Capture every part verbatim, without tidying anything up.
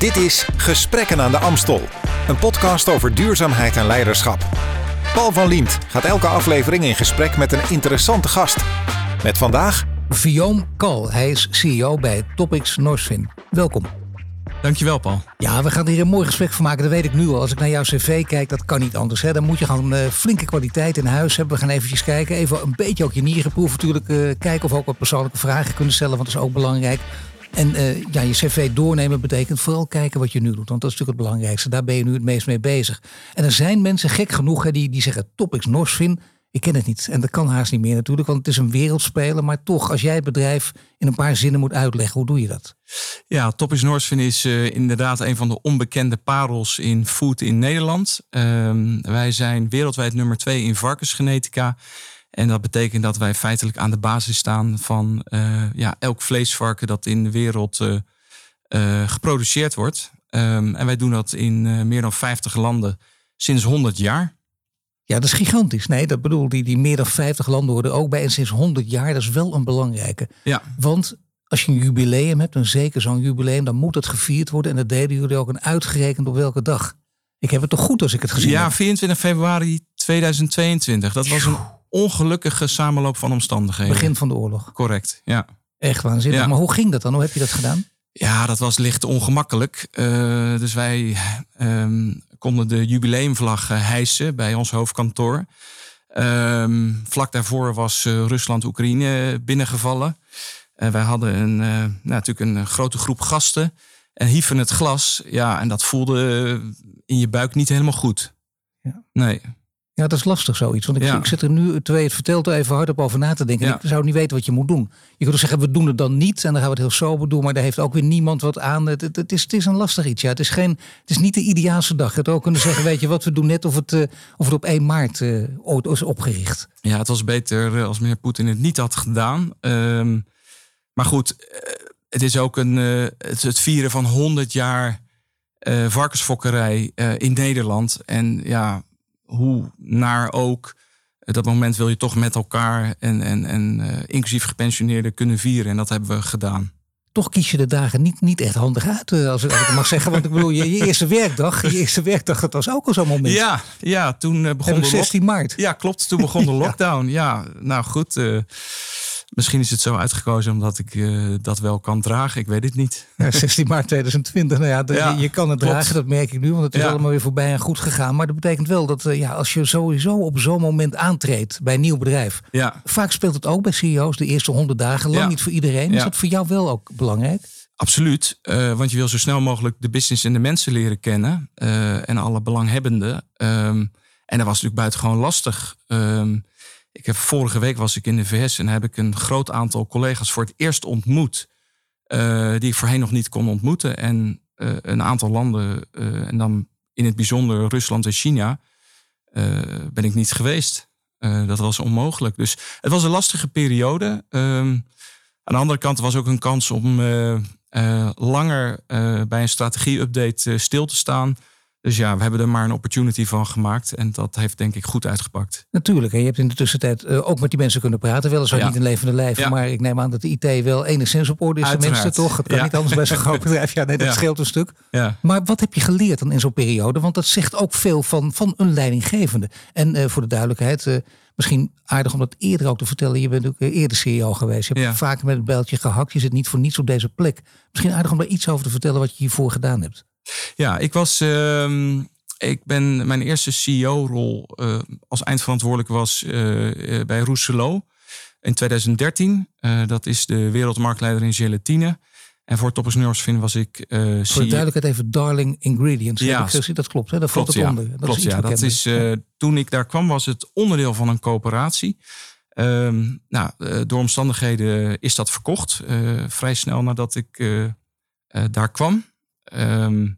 Dit is Gesprekken aan de Amstel. Een podcast over duurzaamheid en leiderschap. Paul van Liemt gaat elke aflevering in gesprek met een interessante gast. Met vandaag Guillaume Kal. Hij is C E O bij Topics Norsvin. Welkom. Dankjewel, Paul. Ja, we gaan hier een mooi gesprek van maken. Dat weet ik nu al. Als ik naar jouw cv kijk, dat kan niet anders. Hè? Dan moet je gewoon uh, flinke kwaliteit in huis hebben. We gaan eventjes kijken. Even een beetje ook je nieren proeven natuurlijk. Uh, kijken of we ook wat persoonlijke vragen kunnen stellen. Want dat is ook belangrijk. En uh, ja, je cv doornemen betekent vooral kijken wat je nu doet. Want dat is natuurlijk het belangrijkste. Daar ben je nu het meest mee bezig. En er zijn mensen, gek genoeg, hè, die, die zeggen Topics Norsvin. Ik ken het niet. En dat kan haast niet meer natuurlijk. Want het is een wereldspeler. Maar toch, als jij het bedrijf in een paar zinnen moet uitleggen, hoe doe je dat? Ja, Topics Norsvin is uh, inderdaad een van de onbekende parels in food in Nederland. Um, wij zijn wereldwijd nummer twee in varkensgenetica. En dat betekent dat wij feitelijk aan de basis staan van uh, ja, elk vleesvarken dat in de wereld uh, uh, geproduceerd wordt. Um, en wij doen dat in uh, meer dan vijftig landen sinds honderd jaar. Ja, dat is gigantisch. Nee, dat bedoel, die, die meer dan vijftig landen horen er ook bij. En sinds honderd jaar, dat is wel een belangrijke. Ja. Want als je een jubileum hebt, en zeker zo'n jubileum, dan moet het gevierd worden. En dat deden jullie ook en uitgerekend op welke dag. Ik heb het toch goed als ik het gezien ja, heb? Ja, vierentwintig februari tweeduizend tweeëntwintig. Dat was een ongelukkige samenloop van omstandigheden. Begin van de oorlog. Correct, ja. Echt waanzinnig. Ja. Maar hoe ging dat dan? Hoe heb je dat gedaan? Ja, dat was licht ongemakkelijk. Uh, dus wij um, konden de jubileumvlag uh, hijsen bij ons hoofdkantoor. Um, vlak daarvoor was uh, Rusland-Oekraïne binnengevallen. Uh, wij hadden een, uh, nou, natuurlijk een grote groep gasten en hieven het glas. Ja, en dat voelde in je buik niet helemaal goed. Ja. Nee. Ja, dat is lastig zoiets. Want ik, ja. ik zit er nu, terwijl je het vertelt, er even hardop over na te denken. Ja. Ik zou niet weten wat je moet doen. Je kunt zeggen, we doen het dan niet. En dan gaan we het heel sober doen. Maar daar heeft ook weer niemand wat aan. Het, het, het, is, het is een lastig iets. Ja. Het, is geen, het is niet de ideaalste dag. Je had ook kunnen zeggen, weet je wat, we doen net of het, uh, of het op één maart uh, ooit is opgericht. Ja, het was beter als meneer Poetin het niet had gedaan. Um, maar goed, uh, het is ook een, uh, het, het vieren van honderd jaar uh, varkensfokkerij uh, in Nederland. En ja, hoe naar ook, dat moment wil je toch met elkaar en, en, en uh, inclusief gepensioneerden kunnen vieren. En dat hebben we gedaan. Toch kies je de dagen niet, niet echt handig uit, als ik, als ik het mag zeggen. Want ik bedoel, je, je eerste werkdag, je eerste werkdag, dat was ook al zo'n moment. Ja, ja toen uh, begon de zestien maart. Ja, klopt. Toen begon de lockdown. Ja, nou goed. Uh, Misschien is het zo uitgekozen omdat ik uh, dat wel kan dragen. Ik weet het niet. Ja, zestien maart tweeduizend twintig. Nou ja, de, ja, je kan het klopt. dragen, dat merk ik nu. Want het is ja. allemaal weer voorbij en goed gegaan. Maar dat betekent wel dat uh, ja, als je sowieso op zo'n moment aantreedt bij een nieuw bedrijf. Ja. Vaak speelt het ook bij C E O's de eerste honderd dagen. Lang ja. niet voor iedereen. Ja. Is dat voor jou wel ook belangrijk? Absoluut. Uh, want je wil zo snel mogelijk de business en de mensen leren kennen. Uh, en alle belanghebbenden. Um, en dat was natuurlijk buitengewoon lastig. Um, Ik heb, vorige week was ik in de V S en heb ik een groot aantal collega's voor het eerst ontmoet. Uh, die ik voorheen nog niet kon ontmoeten. En uh, een aantal landen, uh, en dan in het bijzonder Rusland en China, uh, ben ik niet geweest. Uh, dat was onmogelijk. Dus het was een lastige periode. Um, aan de andere kant was ook een kans om uh, uh, langer uh, bij een strategie-update uh, stil te staan. Dus ja, we hebben er maar een opportunity van gemaakt. En dat heeft denk ik goed uitgepakt. Natuurlijk. En je hebt in de tussentijd uh, ook met die mensen kunnen praten. Weliswaar ja. niet in levende lijven. Ja. Maar ik neem aan dat de I T wel enigszins op orde is. Tenminste toch? Het kan ja. niet anders bij zo'n groot bedrijf. Ja, nee, dat ja. scheelt een stuk. Ja. Maar wat heb je geleerd dan in zo'n periode? Want dat zegt ook veel van, van een leidinggevende. En uh, voor de duidelijkheid, uh, misschien aardig om dat eerder ook te vertellen. Je bent ook uh, eerder C E O geweest. Je hebt ja. vaker met het bijltje gehakt. Je zit niet voor niets op deze plek. Misschien aardig om daar iets over te vertellen wat je hiervoor gedaan hebt. Ja, ik was. Uh, ik ben mijn eerste C E O-rol uh, als eindverantwoordelijk was uh, uh, bij Rousselot in tweeduizend dertien. Uh, dat is de wereldmarktleider in gelatine. En voor Topics Norsvin was ik uh, C E O. Voor de duidelijkheid even Darling Ingredients. Ja, ik, dat klopt, hè? Dat klopt, valt het ja. onder. Dat klopt, is ja. Dat is, uh, toen ik daar kwam was het onderdeel van een coöperatie. Um, nou, uh, door omstandigheden is dat verkocht. Uh, vrij snel nadat ik uh, uh, daar kwam. Um,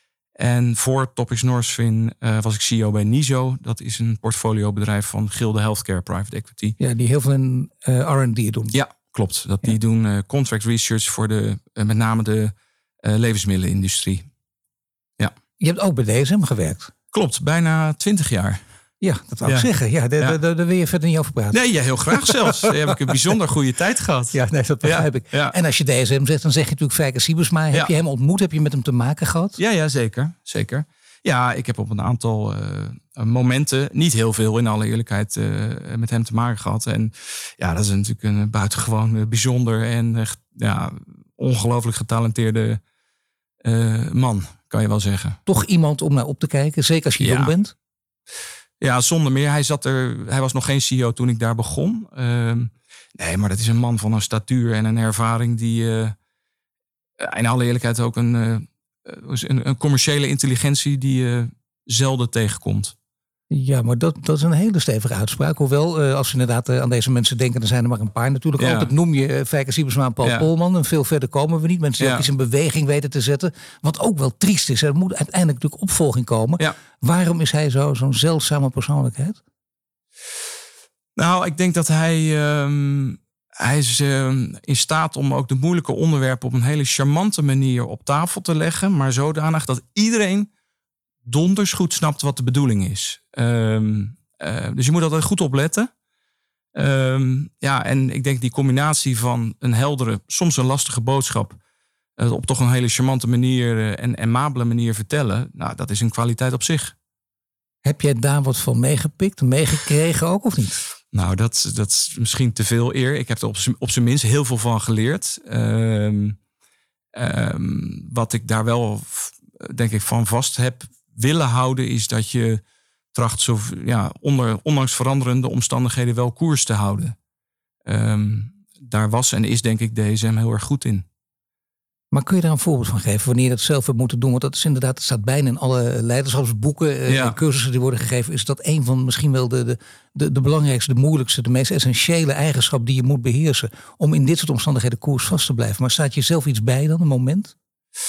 en voor Topics Norsvin uh, was ik C E O bij Nizo. Dat is een portfoliobedrijf van Gilde Healthcare Private Equity. Ja, die heel veel in uh, R en D doen. Ja, klopt. Dat ja. Die doen uh, contract research voor de, uh, met name de uh, levensmiddelenindustrie. Ja. Je hebt ook bij D S M gewerkt. Klopt, bijna twintig jaar. Ja, dat wou Ja. ik zeggen. Ja, daar, Ja. daar, daar wil je verder niet over praten. Nee, ja, heel graag zelfs. Daar heb ik een bijzonder goede tijd gehad. Ja, nee, dat begrijp Ja, ik. ja. En als je D S M zegt, dan zeg je natuurlijk Feike Siebersma. Heb Ja. je hem ontmoet? Heb je met hem te maken gehad? Ja, ja, zeker. zeker. Ja, ik heb op een aantal uh, momenten, niet heel veel in alle eerlijkheid, uh, met hem te maken gehad. En ja, dat is natuurlijk een buitengewoon uh, bijzonder en uh, ja, ongelooflijk getalenteerde uh, man, kan je wel zeggen. Toch iemand om naar op te kijken, zeker als je Ja. jong bent? Ja, zonder meer. Hij, zat er, hij was nog geen C E O toen ik daar begon. Uh, nee, maar dat is een man van een statuur en een ervaring die uh, in alle eerlijkheid ook een... Uh, Een, een commerciële intelligentie die je zelden tegenkomt. Ja, maar dat, dat is een hele stevige uitspraak. Hoewel, uh, als we inderdaad uh, aan deze mensen denken, dan zijn er maar een paar natuurlijk. Ja. Altijd noem je uh, Feike Siebersma en Paul Ja. Polman. En veel verder komen we niet. Mensen die Ja. ook iets in beweging weten te zetten. Wat ook wel triest is. Er moet uiteindelijk natuurlijk opvolging komen. Ja. Waarom is hij zo, zo'n zeldzame persoonlijkheid? Nou, ik denk dat hij... Um, hij is uh, in staat om ook de moeilijke onderwerpen op een hele charmante manier op tafel te leggen. Maar zodanig dat iedereen donders goed snapt wat de bedoeling is. Um, uh, dus je moet altijd goed opletten. Um, ja, en ik denk die combinatie van een heldere, soms een lastige boodschap, uh, op toch een hele charmante manier uh, en amabele manier vertellen. Nou, dat is een kwaliteit op zich. Heb jij daar wat van meegepikt, meegekregen ook of niet? Nou, dat, dat is misschien te veel eer. Ik heb er op, op zijn minst heel veel van geleerd. Um, um, wat ik daar wel, denk ik, van vast heb willen houden, is dat je tracht, zo, ja, onder, ondanks veranderende omstandigheden, wel koers te houden. Um, daar was en is, denk ik, D S M heel erg goed in. Maar kun je daar een voorbeeld van geven wanneer je dat zelf hebt moeten doen? Want dat is inderdaad, het staat bijna in alle leiderschapsboeken, Ja. uh, cursussen die worden gegeven. Is dat een van misschien wel de, de, de, de belangrijkste, de moeilijkste, de meest essentiële eigenschap die je moet beheersen om in dit soort omstandigheden koers vast te blijven. Maar staat je zelf iets bij dan, een moment?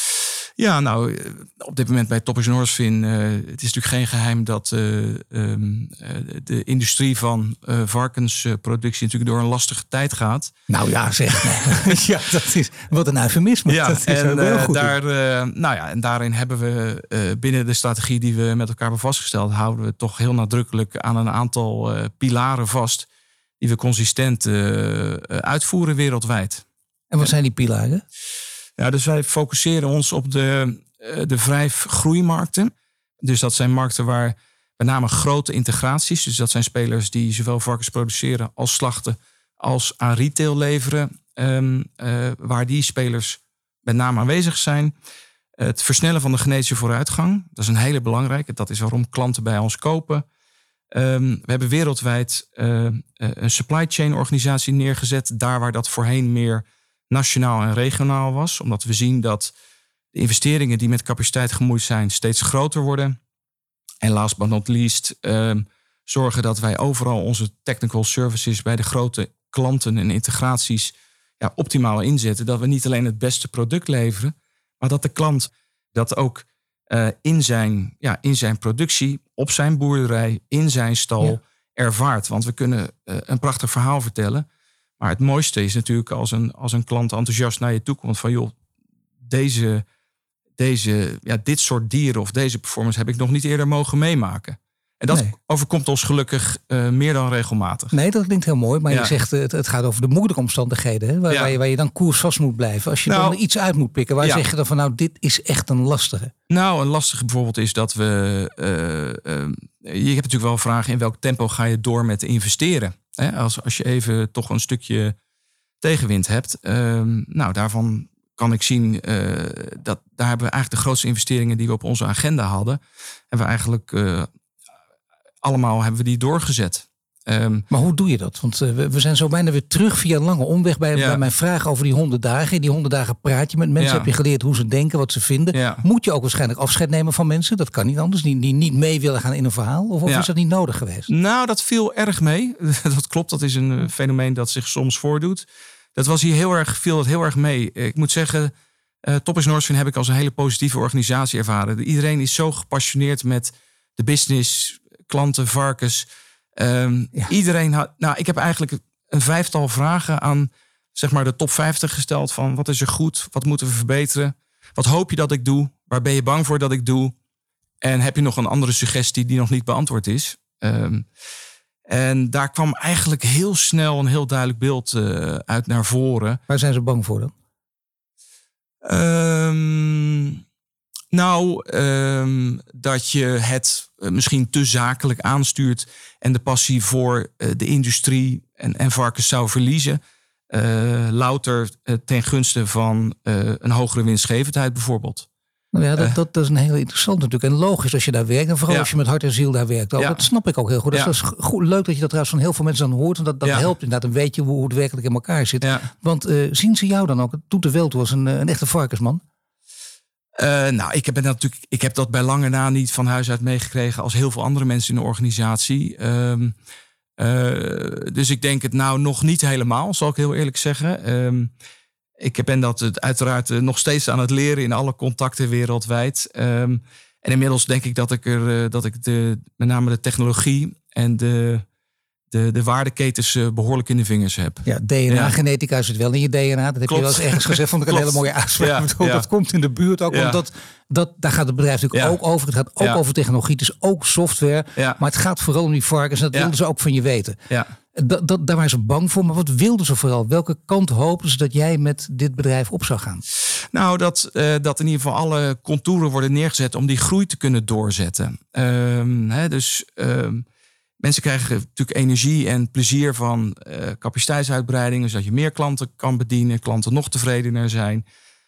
Ja, nou, op dit moment bij Toppers Noordsvin, uh, het is natuurlijk geen geheim dat uh, um, uh, de industrie van uh, varkensproductie natuurlijk door een lastige tijd gaat. Nou ja, zeg. Ja, dat is wat een eufemisme. Ja, dat is en, ook heel uh, goed. daar, uh, nou ja, en daarin hebben we uh, binnen de strategie die we met elkaar hebben vastgesteld, houden we toch heel nadrukkelijk aan een aantal uh, pilaren vast die we consistent uh, uitvoeren wereldwijd. En wat zijn die pilaren? Ja, dus wij focusseren ons op de, de vijf groeimarkten. Dus dat zijn markten waar met name grote integraties. Dus dat zijn spelers die zowel varkens produceren als slachten als aan retail leveren. Um, uh, waar die spelers met name aanwezig zijn. Het versnellen van de genetische vooruitgang. Dat is een hele belangrijke. Dat is waarom klanten bij ons kopen. Um, we hebben wereldwijd uh, een supply chain organisatie neergezet. Daar waar dat voorheen meer nationaal en regionaal was. Omdat we zien dat de investeringen die met capaciteit gemoeid zijn steeds groter worden. En last but not least um, zorgen dat wij overal onze technical services bij de grote klanten en integraties ja, optimaal inzetten. Dat we niet alleen het beste product leveren, maar dat de klant dat ook uh, in, zijn, ja, in zijn productie, op zijn boerderij, in zijn stal ja. ervaart. Want we kunnen uh, een prachtig verhaal vertellen. Maar het mooiste is natuurlijk als een, als een klant enthousiast naar je toe komt van joh, deze, deze, ja, dit soort dieren of deze performance heb ik nog niet eerder mogen meemaken. En dat nee. overkomt ons gelukkig uh, meer dan regelmatig. Nee, dat klinkt heel mooi. Maar ja. je zegt het, het gaat over de moeilijke omstandigheden. Hè, waar, ja. waar, je, waar je dan koers vast moet blijven. Als je nou, dan iets uit moet pikken. Waar ja. zeg je dan van nou dit is echt een lastige? Nou, een lastige bijvoorbeeld is dat we... Uh, uh, je hebt natuurlijk wel vragen in welk tempo ga je door met investeren. Hè? Als, als je even toch een stukje tegenwind hebt. Uh, nou, daarvan kan ik zien uh, dat daar hebben we eigenlijk de grootste investeringen die we op onze agenda hadden. Hebben we eigenlijk... Uh, allemaal hebben we die doorgezet. Um, maar hoe doe je dat? Want uh, we zijn zo bijna weer terug via een lange omweg bij, ja. bij mijn vraag over die honderd dagen. In die honderd dagen praat je met mensen. Ja. Heb je geleerd hoe ze denken, wat ze vinden. Ja. Moet je ook waarschijnlijk afscheid nemen van mensen? Dat kan niet anders. Die, die niet mee willen gaan in een verhaal? Of, of ja. is dat niet nodig geweest? Nou, dat viel erg mee. Dat klopt. Dat is een fenomeen dat zich soms voordoet. Dat was hier heel erg, viel dat heel erg mee. Ik moet zeggen, uh, Toppers Noordsvin heb ik als een hele positieve organisatie ervaren. Iedereen is zo gepassioneerd met de business, klanten, varkens. Um, ja. Iedereen had. Nou, ik heb eigenlijk een vijftal vragen aan zeg maar de top vijftig gesteld van wat is er goed, wat moeten we verbeteren, wat hoop je dat ik doe, waar ben je bang voor dat ik doe, en heb je nog een andere suggestie die nog niet beantwoord is? Um, en daar kwam eigenlijk heel snel een heel duidelijk beeld uh, uit naar voren. Waar zijn ze bang voor dan? Um, nou, um, dat je het misschien te zakelijk aanstuurt en de passie voor uh, de industrie en, en varkens zou verliezen. Uh, louter uh, ten gunste van uh, een hogere winstgevendheid bijvoorbeeld. Nou ja, dat, dat, dat is een heel interessant natuurlijk. En logisch als je daar werkt. En vooral ja. als je met hart en ziel daar werkt. Ook. Ja. Dat snap ik ook heel goed. Dus ja. dat is goed, leuk dat je dat trouwens van heel veel mensen dan hoort. Want dat, dat ja. helpt inderdaad. Dan weet je hoe, hoe het werkelijk in elkaar zit. Ja. Want uh, zien ze jou dan ook? Het doet er wel toe als een, een echte varkensman. Uh, nou, ik heb, natuurlijk, ik heb dat bij lange na niet van huis uit meegekregen als heel veel andere mensen in de organisatie. Um, uh, dus ik denk het nou nog niet helemaal, zal ik heel eerlijk zeggen. Um, ik ben dat het uiteraard nog steeds aan het leren in alle contacten wereldwijd. Um, en inmiddels denk ik dat ik er uh, dat ik de, met name de technologie en de, de, de waardeketens uh, behoorlijk in de vingers heb. Ja, D N A-genetica ja. zit wel in je D N A. Dat heb Klopt. je wel eens ergens gezegd. Vond ik een hele mooie uitspraak. Ja, ja. Dat komt in de buurt ook. Ja. Omdat dat, daar gaat het bedrijf natuurlijk ja. ook over. Het gaat ook ja. over technologie. Het is ook software. Ja. Maar het gaat vooral om die varkens. En dat ja. wilden ze ook van je weten. Ja. Dat, dat, daar waren ze bang voor. Maar wat wilden ze vooral? Welke kant hoopten ze dat jij met dit bedrijf op zou gaan? Nou, dat, uh, dat in ieder geval alle contouren worden neergezet om die groei te kunnen doorzetten. Um, hè, dus um, mensen krijgen natuurlijk energie en plezier van uh, capaciteitsuitbreiding. Zodat je meer klanten kan bedienen. Klanten nog tevredener zijn.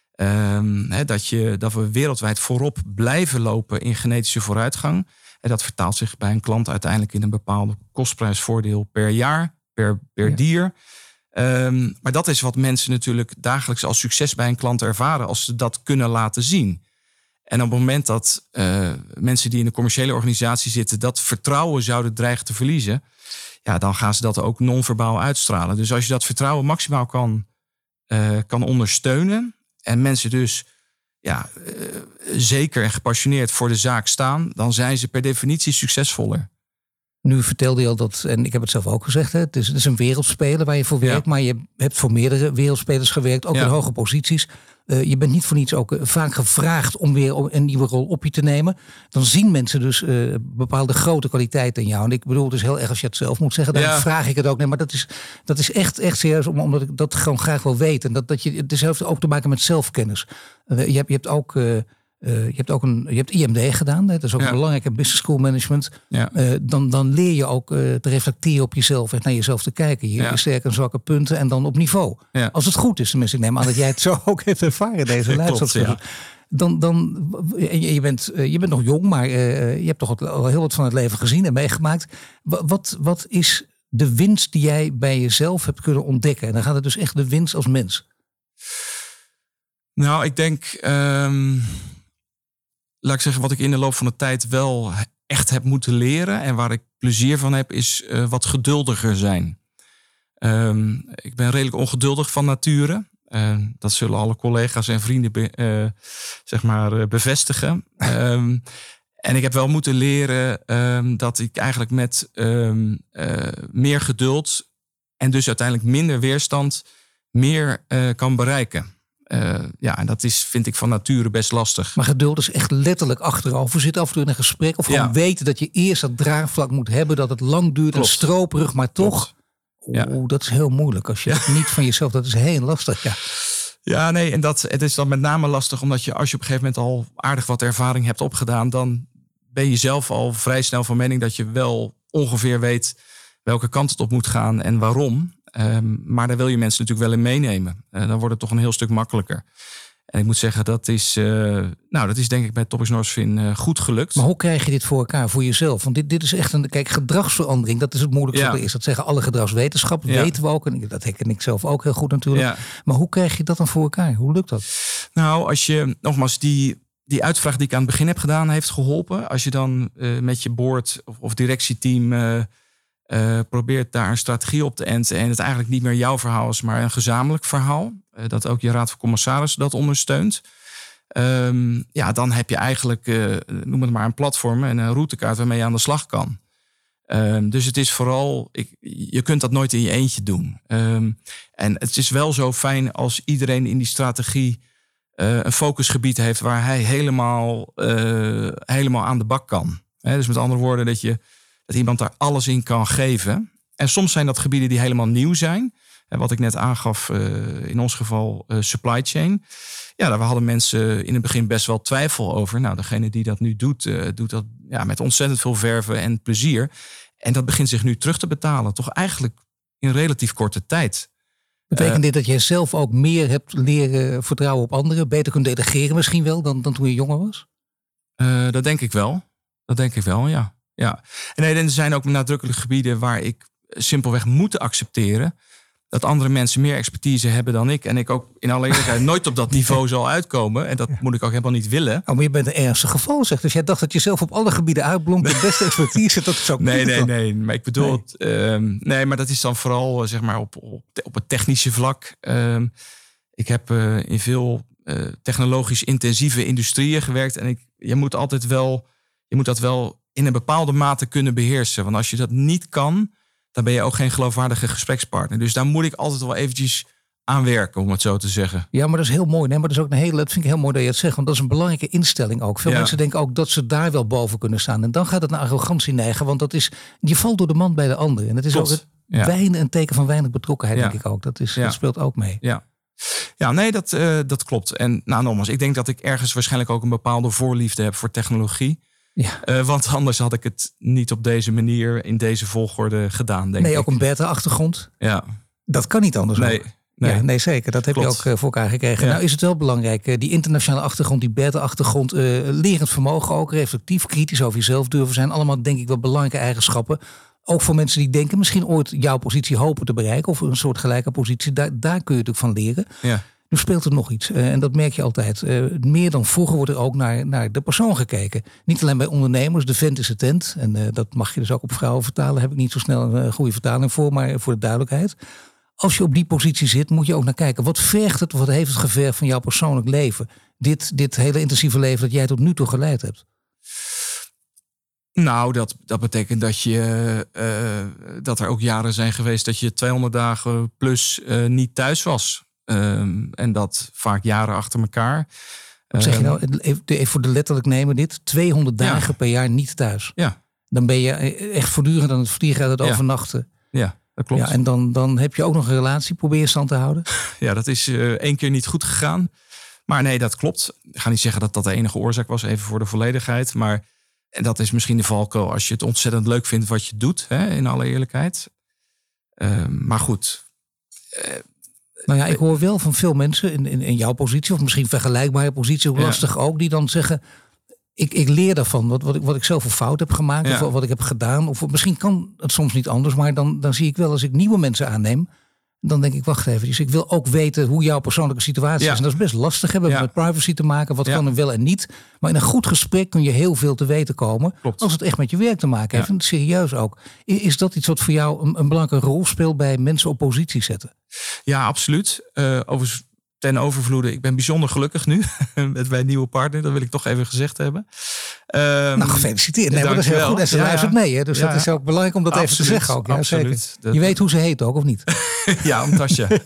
Um, hè, dat, je, dat we wereldwijd voorop blijven lopen in genetische vooruitgang. En dat vertaalt zich bij een klant uiteindelijk in een bepaalde kostprijsvoordeel per jaar, per, per ja. dier. Um, maar dat is wat mensen natuurlijk dagelijks als succes bij een klant ervaren als ze dat kunnen laten zien. En op het moment dat uh, mensen die in de commerciële organisatie zitten dat vertrouwen zouden dreigen te verliezen, ja, dan gaan ze dat ook non-verbaal uitstralen. Dus als je dat vertrouwen maximaal kan, uh, kan ondersteunen en mensen dus ja, uh, zeker en gepassioneerd voor de zaak staan, dan zijn ze per definitie succesvoller. Nu vertelde je al dat, en ik heb het zelf ook gezegd, hè, het, is, het is een wereldspeler waar je voor werkt, ja. maar je hebt voor meerdere wereldspelers gewerkt, ook ja. in hoge posities. Uh, je bent niet voor niets ook uh, vaak gevraagd om weer een nieuwe rol op je te nemen. Dan zien mensen dus uh, bepaalde grote kwaliteiten in jou. En ik bedoel, het is heel erg als je het zelf moet zeggen, dan ja. vraag ik het ook. Nee, maar dat is, dat is echt, echt serieus, omdat ik dat gewoon graag wil weten. En dat, dat je, het heeft ook te maken met zelfkennis. Uh, je, hebt, je hebt ook... Uh, Uh, je hebt ook een, je hebt I M D gedaan, hè? Dat is ook ja. een belangrijke business school management. Ja. Uh, dan, dan leer je ook uh, te reflecteren op jezelf en naar jezelf te kijken. Je, ja. je sterke en zwakke punten en dan op niveau. Ja. Als het goed is, tenminste, ik neem aan dat jij het zo ook hebt ervaren, deze leiderschap. Ja. Dan, dan, je, bent, je bent nog jong, maar uh, je hebt toch al heel wat van het leven gezien en meegemaakt. Wat, wat is de winst die jij bij jezelf hebt kunnen ontdekken? En dan gaat het dus echt de winst als mens. Nou, ik denk... Um... Laat ik zeggen, wat ik in de loop van de tijd wel echt heb moeten leren en waar ik plezier van heb, is uh, wat geduldiger zijn. Um, ik ben redelijk ongeduldig van nature. Uh, dat zullen alle collega's en vrienden be, uh, zeg maar, uh, bevestigen. Um, en ik heb wel moeten leren um, dat ik eigenlijk met um, uh, meer geduld en dus uiteindelijk minder weerstand meer uh, kan bereiken. Uh, ja, en dat is, vind ik van nature best lastig. Maar geduld is echt letterlijk achterover zitten af en toe in een gesprek. Of gewoon ja. weten dat je eerst dat draagvlak moet hebben. Dat het lang duurt Klopt. en stroperig. Maar toch, ja. oeh, dat is heel moeilijk. Als je ja. het niet van jezelf, dat is heel lastig. Ja, ja nee, en dat, het is dan met name lastig. Omdat je als je op een gegeven moment al aardig wat ervaring hebt opgedaan. Dan ben je zelf al vrij snel van mening dat je wel ongeveer weet welke kant het op moet gaan en waarom. Um, maar daar wil je mensen natuurlijk wel in meenemen. Uh, dan wordt het toch een heel stuk makkelijker. En ik moet zeggen, dat is, uh, nou, dat is denk ik bij Topics Norsefin uh, goed gelukt. Maar hoe krijg je dit voor elkaar, voor jezelf? Want dit, dit is echt een, kijk, gedragsverandering. Dat is het moeilijkste ja. wat er is. Dat zeggen alle gedragswetenschappen, ja. weten we ook. En dat herken ik zelf ook heel goed natuurlijk. Ja. Maar hoe krijg je dat dan voor elkaar? Hoe lukt dat? Nou, als je, nogmaals, die, die uitvraag die ik aan het begin heb gedaan, heeft geholpen. Als je dan uh, met je board of, of directieteam Uh, Uh, probeert daar een strategie op te enten en het eigenlijk niet meer jouw verhaal is, maar een gezamenlijk verhaal. Uh, dat ook je raad van commissarissen dat ondersteunt. Um, ja, dan heb je eigenlijk, uh, noem het maar een platform en een routekaart waarmee je aan de slag kan. Um, dus het is vooral, ik, je kunt dat nooit in je eentje doen. Um, en het is wel zo fijn als iedereen in die strategie uh, een focusgebied heeft waar hij helemaal, uh, helemaal aan de bak kan. He, dus met andere woorden dat je dat iemand daar alles in kan geven. En soms zijn dat gebieden die helemaal nieuw zijn. En wat ik net aangaf, uh, in ons geval uh, supply chain. Ja, daar hadden mensen in het begin best wel twijfel over. Nou, degene die dat nu doet, uh, doet dat ja, met ontzettend veel verve en plezier. En dat begint zich nu terug te betalen. Toch eigenlijk in relatief korte tijd. Betekent uh, dit dat jij zelf ook meer hebt leren vertrouwen op anderen? Beter kunt delegeren misschien wel dan, dan toen je jonger was? Uh, dat denk ik wel. Dat denk ik wel, ja. ja. En nee, er zijn ook nadrukkelijke gebieden waar ik simpelweg moet accepteren dat andere mensen meer expertise hebben dan ik. En ik ook in alle eerlijkheid nooit op dat niveau zal uitkomen. En dat ja. moet ik ook helemaal niet willen. Oh, maar je bent een ernstig geval, zeg. Dus jij dacht dat je zelf op alle gebieden uitblonk. De beste expertise, dat is ook Nee, nee, dan. nee. Maar ik bedoel, nee. Het, um, nee, maar dat is dan vooral zeg maar op, op, op het technische vlak. Um, ik heb uh, in veel uh, technologisch intensieve industrieën gewerkt. En ik, je moet altijd wel, je moet dat wel in een bepaalde mate kunnen beheersen. Want als je dat niet kan, dan ben je ook geen geloofwaardige gesprekspartner. Dus daar moet ik altijd wel eventjes aan werken, om het zo te zeggen. Ja, maar dat is heel mooi. Nee, maar dat is ook een hele, dat vind ik heel mooi dat je het zegt. Want dat is een belangrijke instelling ook. Veel ja. mensen denken ook dat ze daar wel boven kunnen staan. En dan gaat het naar arrogantie neigen. Want dat is, je valt door de mand bij de ander. En dat is Klopt. ook het ja. weinig, een teken van weinig betrokkenheid, ja. denk ik ook. Dat, is, ja. dat speelt ook mee. Ja. Ja, nee, dat, uh, dat klopt. En nou, nogmaals, ik denk dat ik ergens waarschijnlijk ook een bepaalde voorliefde heb voor technologie. Ja. Uh, want anders had ik het niet op deze manier, in deze volgorde gedaan, denk nee, ik. ook een beta-achtergrond. Ja. Dat kan niet anders. Nee, nee. Ja, nee, zeker. Dat heb Klopt. je ook uh, voor elkaar gekregen. Ja. Nou is het wel belangrijk. Uh, die internationale achtergrond, die beta-achtergrond, uh, lerend vermogen ook, reflectief, kritisch over jezelf durven zijn. Allemaal denk ik wel belangrijke eigenschappen. Ook voor mensen die denken misschien ooit jouw positie hopen te bereiken. Of een soort gelijke positie. Daar, daar kun je natuurlijk van leren. Ja. Nu speelt er nog iets. Uh, en dat merk je altijd. Uh, meer dan vroeger wordt er ook naar, naar de persoon gekeken. Niet alleen bij ondernemers. De vent is de tent. En uh, dat mag je dus ook op vrouwen vertalen. Heb ik niet zo snel een uh, goede vertaling voor. Maar voor de duidelijkheid. Als je op die positie zit, moet je ook naar kijken. Wat vergt het? Wat heeft het gevergd van jouw persoonlijk leven? Dit, dit hele intensieve leven dat jij tot nu toe geleid hebt. Nou, dat, dat betekent dat je uh, dat er ook jaren zijn geweest dat je tweehonderd dagen plus uh, niet thuis was. Um, en dat vaak jaren achter elkaar. Wat zeg je nou? Even, even voor de letterlijk nemen dit. tweehonderd dagen ja. per jaar niet thuis. Ja. Dan ben je echt voortdurend aan het vliegen, aan het ja. overnachten. Ja, dat klopt. Ja, en dan, dan heb je ook nog een relatie. Probeer je stand te houden. Ja, dat is uh, één keer niet goed gegaan. Maar nee, dat klopt. Ik ga niet zeggen dat dat de enige oorzaak was. Even voor de volledigheid. Maar en dat is misschien de valkuil als je het ontzettend leuk vindt wat je doet. Hè, in alle eerlijkheid. Uh, maar goed. Uh, Nou ja, ik hoor wel van veel mensen in, in, in jouw positie, of misschien vergelijkbare positie, ook ja. lastig ook, die dan zeggen, ik, ik leer daarvan, wat, wat, ik, wat ik zelf voor fout heb gemaakt, ja. of wat ik heb gedaan. Of misschien kan het soms niet anders, maar dan, dan zie ik wel, als ik nieuwe mensen aanneem, dan denk ik, wacht even, dus ik wil ook weten hoe jouw persoonlijke situatie ja. is. En dat is best lastig, hebben ja. met privacy te maken, wat ja. kan er wel en niet. Maar in een goed gesprek kun je heel veel te weten komen, Klopt. als het echt met je werk te maken heeft. Ja. En serieus ook. Is dat iets wat voor jou een, een belangrijke rol speelt bij mensen op positie zetten? Ja, absoluut. Uh, overigens ten overvloede. Ik ben bijzonder gelukkig nu met mijn nieuwe partner. Dat wil ik toch even gezegd hebben. Um, nou, gefeliciteerd. Nee, maar dat is heel goed. En ze ja, luistert mee. Hè? Dus ja, dat is ook belangrijk om dat absoluut, even te zeggen. Ook. Ja, absoluut. Dat, je weet hoe ze heet ook, of niet? Ja, een tasje.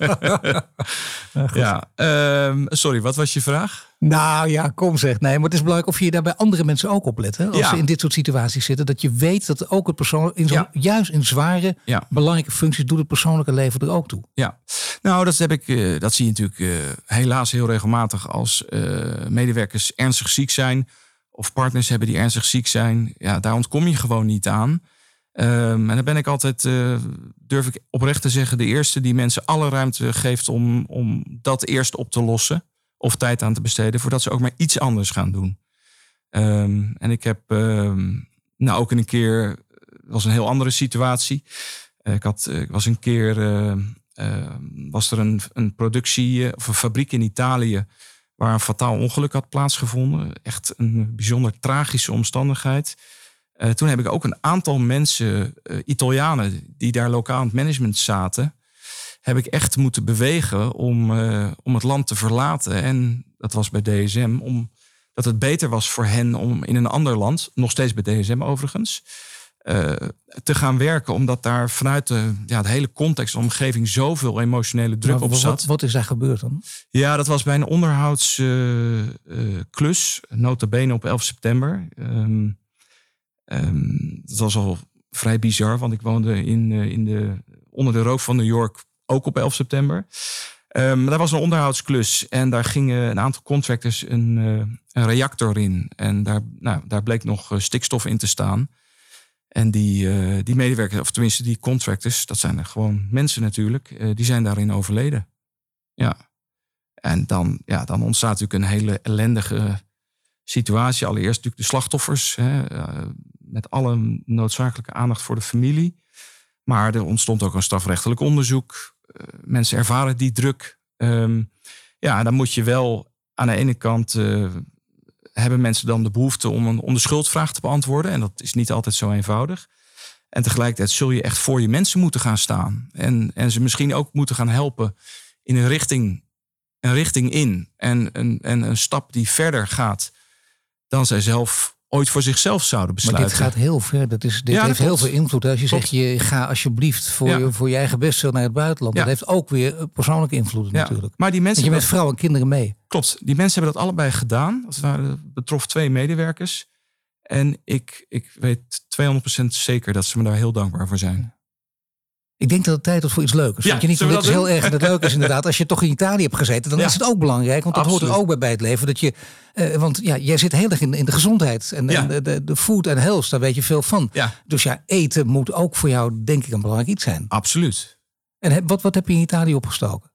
ja, ja um, sorry, wat was je vraag? Nou ja, kom zeg. Nee, maar het is belangrijk of je daar bij andere mensen ook op let. Hè? Als ja. ze in dit soort situaties zitten. Dat je weet dat ook het persoonlijk, in zo'n, ja. juist in zware, ja. belangrijke functies, doet het persoonlijke leven er ook toe. Ja, nou dat heb ik, uh, dat zie je natuurlijk uh, helaas heel regelmatig als uh, medewerkers ernstig ziek zijn. Of partners hebben die ernstig ziek zijn. Ja, daar ontkom je gewoon niet aan. Um, en dan ben ik altijd, uh, durf ik oprecht te zeggen, de eerste die mensen alle ruimte geeft om, om dat eerst op te lossen. Of tijd aan te besteden, voordat ze ook maar iets anders gaan doen. Um, en ik heb um, nou ook een keer, het was een heel andere situatie. Uh, ik, had, ik was een keer, uh, uh, was er een, een productie uh, of een fabriek in Italië waar een fataal ongeluk had plaatsgevonden. Echt een bijzonder tragische omstandigheid. Uh, toen heb ik ook een aantal mensen, uh, Italianen, die daar lokaal in het management zaten, heb ik echt moeten bewegen om, uh, om het land te verlaten. En dat was bij D S M, omdat het beter was voor hen om in een ander land, nog steeds bij D S M overigens, uh, te gaan werken. Omdat daar vanuit de, ja, de hele context, de omgeving, zoveel emotionele druk maar op zat. Wat, wat is daar gebeurd dan? Ja, dat was bij een onderhoudsklus, uh, uh, nota bene op elf september. Um, Um, dat was al vrij bizar, want ik woonde in, uh, in de, onder de rook van New York, ook op elf september. Um, daar was een onderhoudsklus en daar gingen een aantal contractors een, uh, een reactor in. En daar, nou, daar bleek nog uh, stikstof in te staan. En die, uh, die medewerkers, of tenminste die contractors, dat zijn er gewoon mensen natuurlijk, uh, die zijn daarin overleden. Ja. En dan, ja, dan ontstaat natuurlijk een hele ellendige situatie. Allereerst natuurlijk de slachtoffers, hè, uh, met alle noodzakelijke aandacht voor de familie. Maar er ontstond ook een strafrechtelijk onderzoek. Uh, mensen ervaren die druk. Um, ja, dan moet je wel aan de ene kant uh, hebben mensen dan de behoefte om, een, om de schuldvraag te beantwoorden. En dat is niet altijd zo eenvoudig. En tegelijkertijd zul je echt voor je mensen moeten gaan staan. En, en ze misschien ook moeten gaan helpen in een richting, een richting in. En een, en een stap die verder gaat dan zij zelf ooit voor zichzelf zouden besluiten. Maar dit gaat heel ver. Dat is, dit ja, heeft dat heel veel invloed. Als je klopt. zegt, je ga alsjeblieft voor, ja. je, voor je eigen bestwil naar het buitenland. Ja. Dat heeft ook weer persoonlijke invloeden ja. natuurlijk. Maar die mensen Want je met vrouwen en kinderen mee. Klopt. Die mensen hebben dat allebei gedaan. Dat waren, betrof twee medewerkers. En ik, ik weet tweehonderd procent zeker dat ze me daar heel dankbaar voor zijn. Ik denk dat het tijd is voor iets leuks. Ja, Vind je niet? Want dit is heel erg. En het leuke is inderdaad, als je toch in Italië hebt gezeten, dan ja. is het ook belangrijk. Want dat Absoluut. hoort er ook bij bij het leven. Dat je, uh, want ja, jij zit heel erg in, in de gezondheid. En, ja. en de, de, de food en health, daar weet je veel van. Ja. Dus ja, eten moet ook voor jou, denk ik, een belangrijk iets zijn. Absoluut. En he, wat, wat heb je in Italië opgestoken?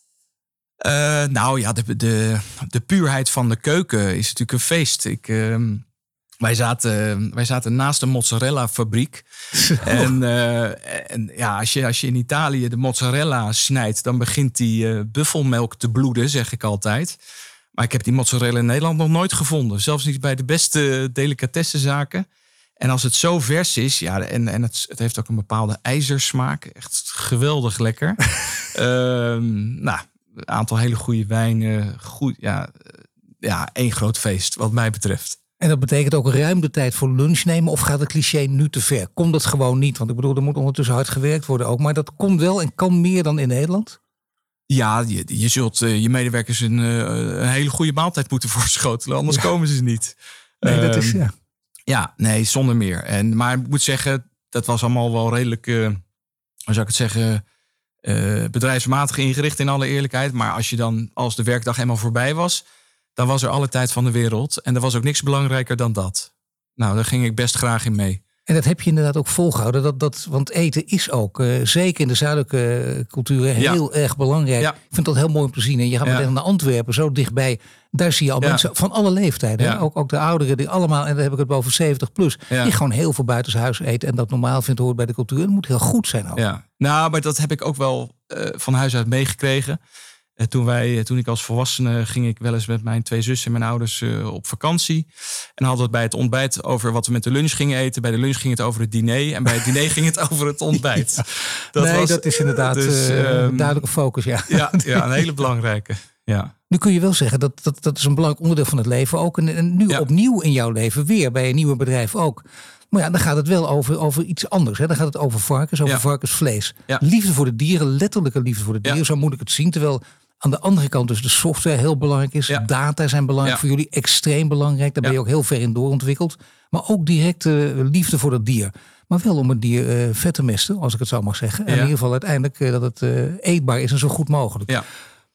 Uh, nou ja, de, de, de puurheid van de keuken is natuurlijk een feest. Ik... Uh, Wij zaten, wij zaten naast een mozzarella fabriek. En, uh, en ja, als je, als je in Italië de mozzarella snijdt, dan begint die uh, buffelmelk te bloeden, zeg ik altijd. Maar ik heb die mozzarella in Nederland nog nooit gevonden. Zelfs niet bij de beste delicatessenzaken. En als het zo vers is, ja, en, en het, het heeft ook een bepaalde ijzersmaak. Echt geweldig lekker. uh, nou, een aantal hele goede wijnen. Goed, ja, ja, één groot feest wat mij betreft. En dat betekent ook ruim de tijd voor lunch nemen? Of gaat het cliché nu te ver? Komt dat gewoon niet? Want ik bedoel, er moet ondertussen hard gewerkt worden ook. Maar dat komt wel en kan meer dan in Nederland? Ja, je, je zult uh, je medewerkers een, uh, een hele goede maaltijd moeten voorschotelen. Anders ja. komen ze niet. Nee, uh, dat is ja. Ja, nee, zonder meer. En, maar ik moet zeggen, dat was allemaal wel redelijk, uh, hoe zou ik het zeggen, uh, bedrijfsmatig ingericht in alle eerlijkheid. Maar als je dan, als de werkdag eenmaal voorbij was, dan was er alle tijd van de wereld. En er was ook niks belangrijker dan dat. Nou, daar ging ik best graag in mee. En dat heb je inderdaad ook volgehouden. Dat, dat, want eten is ook, uh, zeker in de zuidelijke culturen, heel ja. erg belangrijk. Ja. Ik vind dat heel mooi om te zien. En je gaat ja. meteen naar Antwerpen, zo dichtbij. Daar zie je al ja. mensen van alle leeftijden. Ja. Ook, ook de ouderen, die allemaal, en dan heb ik het boven zeventig plus. Ja. Die gewoon heel veel buitenshuis eten. En dat normaal vindt hoort bij de cultuur. Dat moet heel goed zijn ook. Ja. Nou, maar dat heb ik ook wel uh, van huis uit meegekregen. Toen, wij, toen ik als volwassene ging ik wel eens met mijn twee zussen en mijn ouders uh, op vakantie. En hadden we het bij het ontbijt over wat we met de lunch gingen eten. Bij de lunch ging het over het diner. En bij het diner ging het over het ontbijt. Ja. Dat nee, was, dat is inderdaad dus, uh, um, duidelijke focus. Ja. Ja, ja, een hele belangrijke. Ja. Nu kun je wel zeggen dat, dat dat is een belangrijk onderdeel van het leven ook. En, en nu ja. opnieuw in jouw leven weer, bij een nieuwe bedrijf ook. Maar ja, dan gaat het wel over, over iets anders. Hè? Dan gaat het over varkens, over ja. varkensvlees. Ja. Liefde voor de dieren, letterlijke liefde voor de dieren. Ja. Zo moet ik het zien. Terwijl aan de andere kant dus de software heel belangrijk is. Ja. Data zijn belangrijk ja. voor jullie, extreem belangrijk. Daar ja. ben je ook heel ver in doorontwikkeld. Maar ook directe liefde voor dat dier. Maar wel om het dier uh, vet te mesten, als ik het zo mag zeggen. En ja. in ieder geval uiteindelijk uh, dat het uh, eetbaar is en zo goed mogelijk. Ja.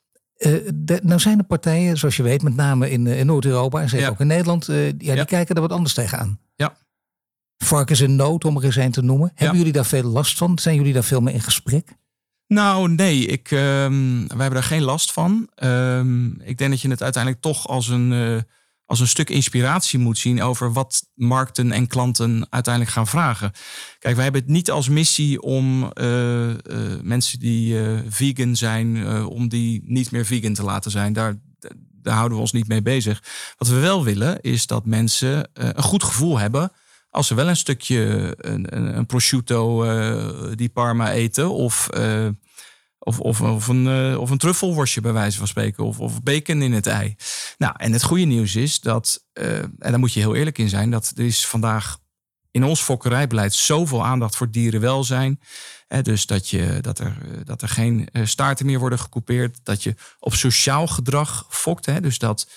Uh, de, nou zijn er partijen, zoals je weet, met name in, uh, in Noord-Europa en zeker ja. ook in Nederland. Uh, ja, die ja. kijken er wat anders tegenaan. Ja. Varkens in nood, om er eens een te noemen. Ja. Hebben jullie daar veel last van? Zijn jullie daar veel mee in gesprek? Nou, nee, ik, um, wij hebben daar geen last van. Um, ik denk dat je het uiteindelijk toch als een, uh, als een stuk inspiratie moet zien over wat markten en klanten uiteindelijk gaan vragen. Kijk, wij hebben het niet als missie om uh, uh, mensen die uh, vegan zijn, uh, om die niet meer vegan te laten zijn. Daar, daar houden we ons niet mee bezig. Wat we wel willen is dat mensen uh, een goed gevoel hebben als ze wel een stukje, een, een prosciutto uh, di Parma eten. Of, uh, of, of, of, een, uh, of een truffelworstje bij wijze van spreken. Of, of bacon in het ei. Nou, en het goede nieuws is dat, uh, en daar moet je heel eerlijk in zijn, dat er is vandaag in ons fokkerijbeleid zoveel aandacht voor dierenwelzijn. Hè, dus dat, je, dat, er, dat er geen staarten meer worden gecoupeerd. Dat je op sociaal gedrag fokt. Hè, dus dat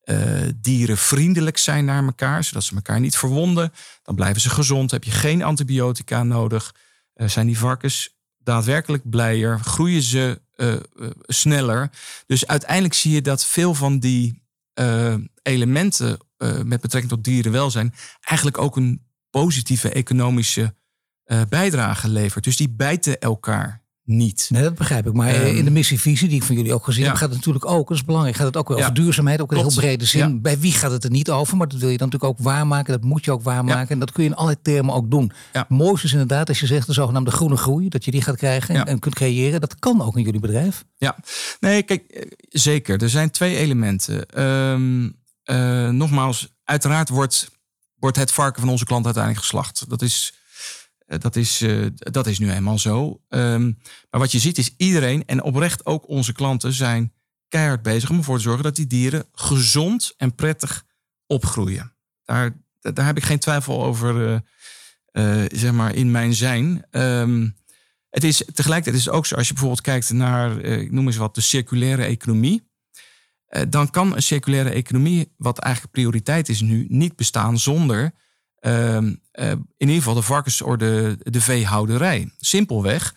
uh, dieren vriendelijk zijn naar elkaar, zodat ze elkaar niet verwonden. Dan blijven ze gezond, heb je geen antibiotica nodig. Uh, zijn die varkens daadwerkelijk blijer, groeien ze uh, uh, sneller. Dus uiteindelijk zie je dat veel van die uh, elementen uh, met betrekking tot dierenwelzijn eigenlijk ook een positieve economische uh, bijdrage levert. Dus die bijten elkaar niet. Nee, dat begrijp ik. Maar um, in de missievisie, die ik van jullie ook gezien ja. heb, gaat het natuurlijk ook, dat is belangrijk, gaat het ook weer ja. over duurzaamheid, ook in een heel brede zin. Ja. Bij wie gaat het er niet over? Maar dat wil je dan natuurlijk ook waarmaken. Dat moet je ook waarmaken. Ja. En dat kun je in allerlei termen ook doen. Ja. Het mooiste is inderdaad, als je zegt de zogenaamde groene groei, dat je die gaat krijgen ja. en, en kunt creëren. Dat kan ook in jullie bedrijf. Ja, nee, kijk, zeker. Er zijn twee elementen. Um, uh, nogmaals, uiteraard wordt, wordt het varken van onze klant uiteindelijk geslacht. Dat is... Dat is, uh, dat is nu eenmaal zo. Um, maar wat je ziet is iedereen, en oprecht ook onze klanten, zijn keihard bezig om ervoor te zorgen dat die dieren gezond en prettig opgroeien. Daar, daar heb ik geen twijfel over, uh, uh, zeg maar, in mijn zijn. Um, het is, tegelijkertijd is het ook zo, als je bijvoorbeeld kijkt naar, uh, ik noem eens wat, de circulaire economie. Uh, dan kan een circulaire economie, wat eigenlijk prioriteit is nu, niet bestaan zonder... Uh, uh, in ieder geval de varkensorde, de veehouderij. Simpelweg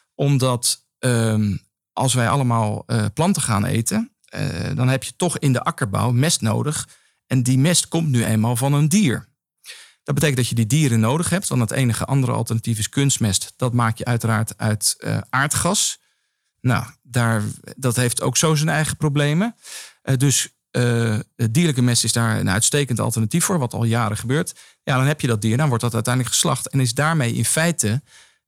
omdat uh, als wij allemaal uh, planten gaan eten, uh, dan heb je toch in de akkerbouw mest nodig. En die mest komt nu eenmaal van een dier. Dat betekent dat je die dieren nodig hebt. Want het enige andere alternatief is kunstmest. Dat maak je uiteraard uit uh, aardgas. Nou, daar, dat heeft ook zo zijn eigen problemen. Uh, dus Uh, dierlijke mest is daar een uitstekend alternatief voor, wat al jaren gebeurt. Ja, dan heb je dat dier, dan wordt dat uiteindelijk geslacht. En is daarmee in feite uh,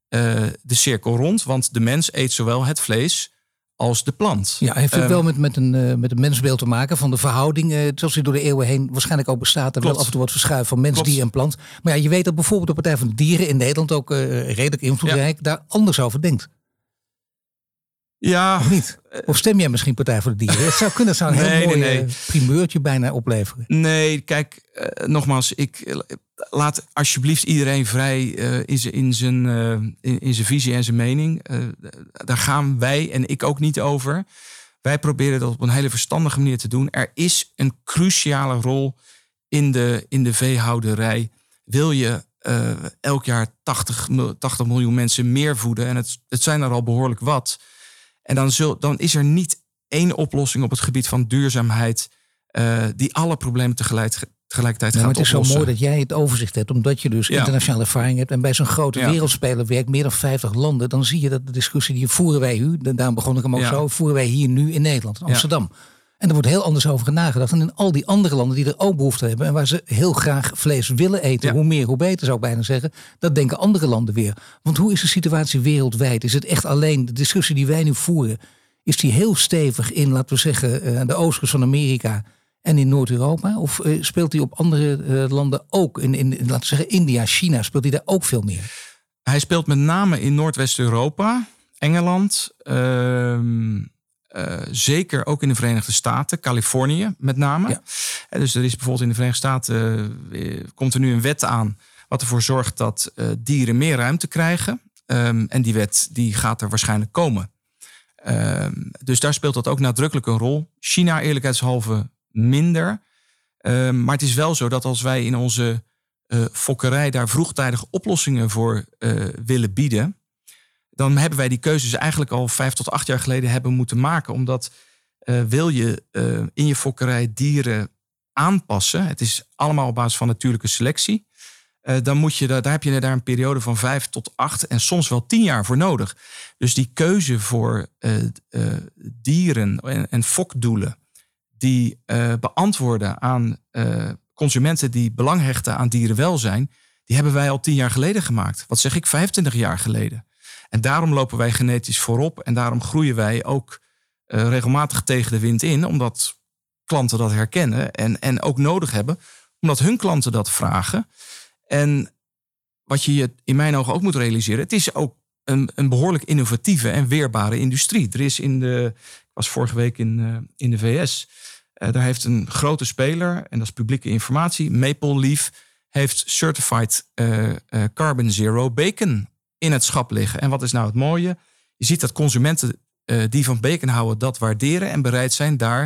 de cirkel rond. Want de mens eet zowel het vlees als de plant. Ja, heeft het uh, wel met, met, een, uh, met een mensbeeld te maken van de verhouding, uh, zoals die door de eeuwen heen waarschijnlijk ook bestaat. En wel af en toe wordt verschuift van mens, klopt. Dier en plant. Maar ja, je weet dat bijvoorbeeld de Partij van de Dieren in Nederland ook uh, redelijk invloedrijk ja. daar anders over denkt. Ja. Of niet? Of stem jij misschien Partij voor de Dieren? Het zou kunnen, het zou een nee, heel mooi nee, nee. primeurtje bijna opleveren. Nee, kijk, uh, nogmaals, ik uh, laat alsjeblieft iedereen vrij uh, in zijn in zijn uh, in, in zijn visie en zijn mening. Uh, daar gaan wij en ik ook niet over. Wij proberen dat op een hele verstandige manier te doen. Er is een cruciale rol in de, in de veehouderij. Wil je uh, elk jaar tachtig miljoen mensen meer voeden, en het, het zijn er al behoorlijk wat. En dan, zul, dan is er niet één oplossing op het gebied van duurzaamheid uh, die alle problemen tegelijk, tegelijkertijd ja, gaat het is oplossen. zo mooi dat jij het overzicht hebt, omdat je dus ja. internationale ervaring hebt. En bij zo'n grote ja. wereldspeler werkt, meer dan vijftig landen. Dan zie je dat de discussie die voeren wij nu, daarom begon ik hem ook ja. zo, voeren wij hier nu in Nederland, in Amsterdam. Ja. En er wordt heel anders over nagedacht dan in al die andere landen die er ook behoefte hebben. En waar ze heel graag vlees willen eten. Ja. Hoe meer, hoe beter, zou ik bijna zeggen. Dat denken andere landen weer. Want hoe is de situatie wereldwijd? Is het echt alleen de discussie die wij nu voeren? Is die heel stevig in, laten we zeggen, aan de oostkust van Amerika en in Noord-Europa? Of speelt die op andere uh, landen ook? In, in, laten we zeggen, India, China, speelt die daar ook veel meer? Hij speelt met name in Noordwest-Europa, Engeland... Uh... Uh, zeker ook in de Verenigde Staten, Californië met name. Ja. En dus er is bijvoorbeeld in de Verenigde Staten uh, komt er nu een wet aan wat ervoor zorgt dat uh, dieren meer ruimte krijgen. Um, en die wet die gaat er waarschijnlijk komen. Um, dus daar speelt dat ook nadrukkelijk een rol. China eerlijkheidshalve minder. Um, maar het is wel zo dat als wij in onze uh, fokkerij daar vroegtijdig oplossingen voor uh, willen bieden, dan hebben wij die keuzes eigenlijk al vijf tot acht jaar geleden hebben moeten maken. Omdat uh, wil je uh, in je fokkerij dieren aanpassen, het is allemaal op basis van natuurlijke selectie, uh, dan moet je daar, daar heb je daar een periode van vijf tot acht en soms wel tien jaar voor nodig. Dus die keuze voor uh, uh, dieren en, en fokdoelen die uh, beantwoorden aan uh, consumenten die belang hechten aan dierenwelzijn, die hebben wij al tien jaar geleden gemaakt. Wat zeg ik, vijfentwintig jaar geleden. En daarom lopen wij genetisch voorop. En daarom groeien wij ook uh, regelmatig tegen de wind in. Omdat klanten dat herkennen. En, en ook nodig hebben. Omdat hun klanten dat vragen. En wat je je in mijn ogen ook moet realiseren. Het is ook een, een behoorlijk innovatieve en weerbare industrie. Er is in de... Ik was vorige week in, uh, in de V S. Uh, daar heeft een grote speler. En dat is publieke informatie. Maple Leaf heeft Certified uh, uh, Carbon Zero Bacon in het schap liggen. En wat is nou het mooie? Je ziet dat consumenten uh, die van bacon houden dat waarderen en bereid zijn daar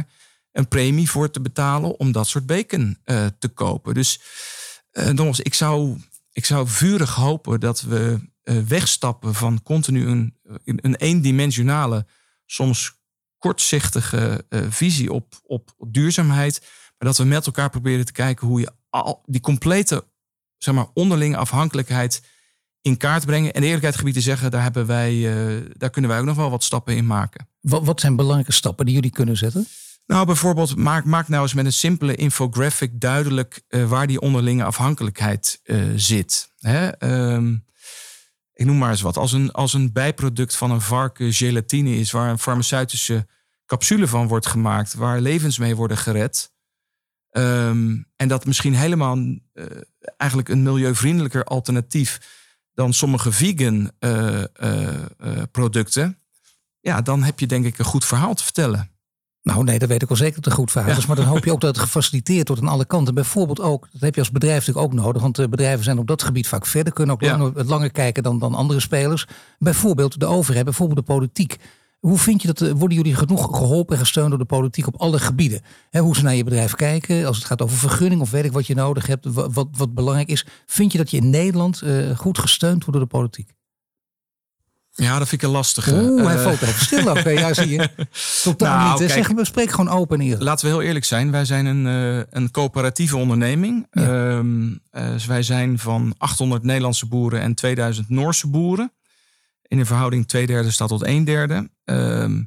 een premie voor te betalen om dat soort bacon uh, te kopen. Dus uh, nogmaals, ik zou, ik zou vurig hopen dat we uh, wegstappen van continu een, een eendimensionale, soms kortzichtige uh, visie op, op, op duurzaamheid. Maar dat we met elkaar proberen te kijken hoe je al die complete, zeg maar, onderlinge afhankelijkheid in kaart brengen. En de eerlijkheid gebied te zeggen, daar, hebben wij, uh, daar kunnen wij ook nog wel wat stappen in maken. Wat, wat zijn belangrijke stappen die jullie kunnen zetten? Nou, bijvoorbeeld, maak, maak nou eens met een simpele infographic duidelijk uh, waar die onderlinge afhankelijkheid uh, zit. Hè? Um, ik noem maar eens wat. Als een, als een bijproduct van een varken gelatine is, waar een farmaceutische capsule van wordt gemaakt, waar levens mee worden gered. Um, en dat misschien helemaal uh, eigenlijk een milieuvriendelijker alternatief dan sommige vegan uh, uh, uh, producten. Ja, dan heb je denk ik een goed verhaal te vertellen. Nou nee, dat weet ik wel zeker dat het een goed verhaal is. Ja. Maar dan hoop je ook dat het gefaciliteerd wordt aan alle kanten. Bijvoorbeeld ook, dat heb je als bedrijf natuurlijk ook nodig. Want de bedrijven zijn op dat gebied vaak verder. Kunnen ook ja. langer, langer kijken dan, dan andere spelers. Bijvoorbeeld de overheid, bijvoorbeeld de politiek. Hoe vind je dat, worden jullie genoeg geholpen en gesteund door de politiek op alle gebieden? He, hoe ze naar je bedrijf kijken, als het gaat over vergunning of weet ik wat je nodig hebt, wat, wat, wat belangrijk is. Vind je dat je in Nederland uh, goed gesteund wordt door de politiek? Ja, dat vind ik een lastige. Oeh, hij valt even stil ook. Ja, zie je. Totaal nou, niet. Kijk, zeg, we spreken gewoon open en eerlijk. Laten we heel eerlijk zijn. Wij zijn een, uh, een coöperatieve onderneming. Ja. Um, uh, dus wij zijn van achthonderd Nederlandse boeren en tweeduizend Noorse boeren. In een verhouding twee derde staat tot een derde. Um,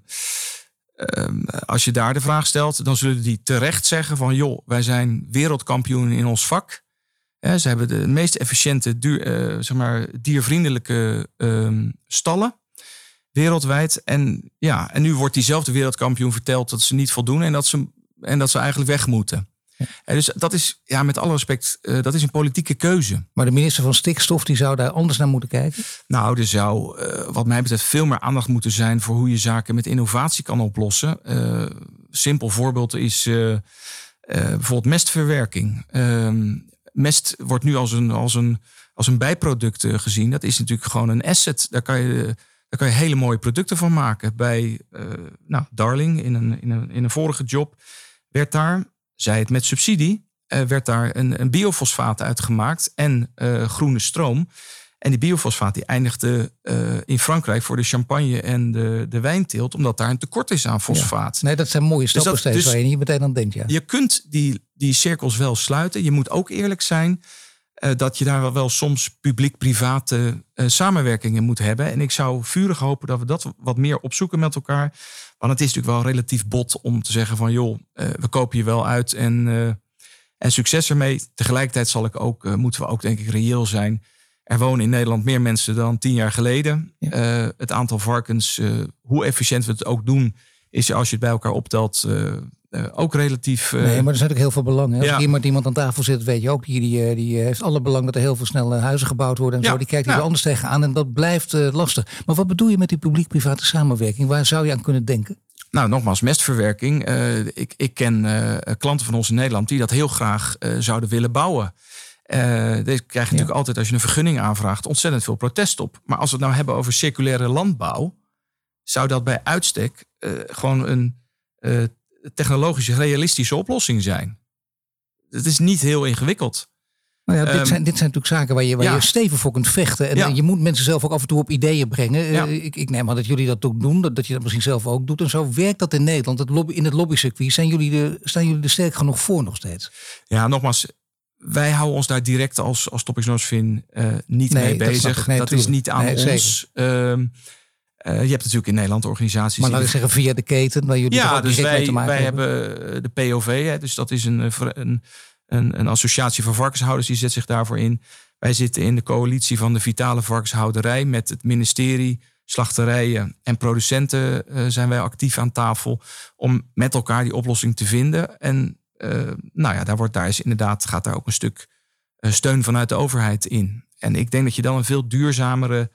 um, als je daar de vraag stelt, dan zullen die terecht zeggen van, joh, wij zijn wereldkampioen in ons vak. Ja, ze hebben de meest efficiënte, duur, uh, zeg maar, diervriendelijke um, stallen wereldwijd. En, ja, en nu wordt diezelfde wereldkampioen verteld dat ze niet voldoen en dat ze, en dat ze eigenlijk weg moeten. Ja. En dus dat is, ja, met alle respect, uh, dat is een politieke keuze. Maar de minister van Stikstof, die zou daar anders naar moeten kijken? Nou, er zou, uh, wat mij betreft, veel meer aandacht moeten zijn voor hoe je zaken met innovatie kan oplossen. Uh, simpel voorbeeld is uh, uh, bijvoorbeeld mestverwerking. Uh, Mest wordt nu als een, als een, als een bijproduct gezien. Dat is natuurlijk gewoon een asset. Daar kan je, daar kan je hele mooie producten van maken. Bij uh, nou, Darling, in een, in, een, in een vorige job, werd daar, zij het met subsidie, uh, werd daar een, een biofosfaat uitgemaakt en uh, groene stroom. En die biofosfaat die eindigde uh, in Frankrijk voor de champagne en de, de wijnteelt, omdat daar een tekort is aan fosfaat. Ja. Nee, dat zijn mooie stappen dus steeds dus waar je niet meteen aan denkt. Ja. Je kunt die, die cirkels wel sluiten. Je moet ook eerlijk zijn uh, dat je daar wel, wel soms publiek-private uh, samenwerkingen moet hebben. En ik zou vurig hopen dat we dat wat meer opzoeken met elkaar. Want het is natuurlijk wel relatief bot om te zeggen van, joh, uh, we kopen je wel uit en, uh, en succes ermee. Tegelijkertijd zal ik ook, uh, moeten we ook denk ik reëel zijn. Er wonen in Nederland meer mensen dan tien jaar geleden. Ja. Uh, het aantal varkens, uh, hoe efficiënt we het ook doen, is als je het bij elkaar optelt uh, uh, ook relatief. Uh... Nee, maar er zijn ook heel veel belangen. Als ja. hier met iemand aan tafel zit, weet je ook, die, die, die heeft alle belang dat er heel veel snelle huizen gebouwd worden en ja. zo. Die kijkt hier ja. anders tegenaan en dat blijft uh, lastig. Maar wat bedoel je met die publiek-private samenwerking? Waar zou je aan kunnen denken? Nou, nogmaals, mestverwerking. Uh, ik, ik ken uh, klanten van ons in Nederland die dat heel graag uh, zouden willen bouwen. Uh, deze krijg je natuurlijk ja. altijd als je een vergunning aanvraagt ontzettend veel protest op. Maar als we het nou hebben over circulaire landbouw, zou dat bij uitstek uh, gewoon een uh, technologisch realistische oplossing zijn. Het is niet heel ingewikkeld. Nou ja, dit, um, zijn, dit zijn natuurlijk zaken waar je, waar ja. je stevig voor kunt vechten. En ja. je moet mensen zelf ook af en toe op ideeën brengen. Ja. Uh, ik, ik neem aan dat jullie dat ook doen. Dat, dat je dat misschien zelf ook doet. En zo werkt dat in Nederland. Het lobby, in het lobbycircuit zijn jullie, de, staan jullie er sterk genoeg voor nog steeds? Ja, nogmaals. Wij houden ons daar direct als, als Topics Noordvin uh, niet nee, mee bezig. Nee, dat is niet aan nee, ons. Uh, uh, je hebt natuurlijk in Nederland organisaties. Maar laat ik zeggen via de keten. Waar jullie ja, ook dus wij, mee te maken wij hebben. hebben de P O V. Hè, dus dat is een, een, een, een associatie van varkenshouders. Die zet zich daarvoor in. Wij zitten in de coalitie van de vitale varkenshouderij. Met het ministerie, slachterijen en producenten uh, zijn wij actief aan tafel. Om met elkaar die oplossing te vinden. En Uh, nou ja, daar, wordt, daar is inderdaad, gaat daar ook een stuk uh, steun vanuit de overheid in. En ik denk dat je dan een veel duurzamere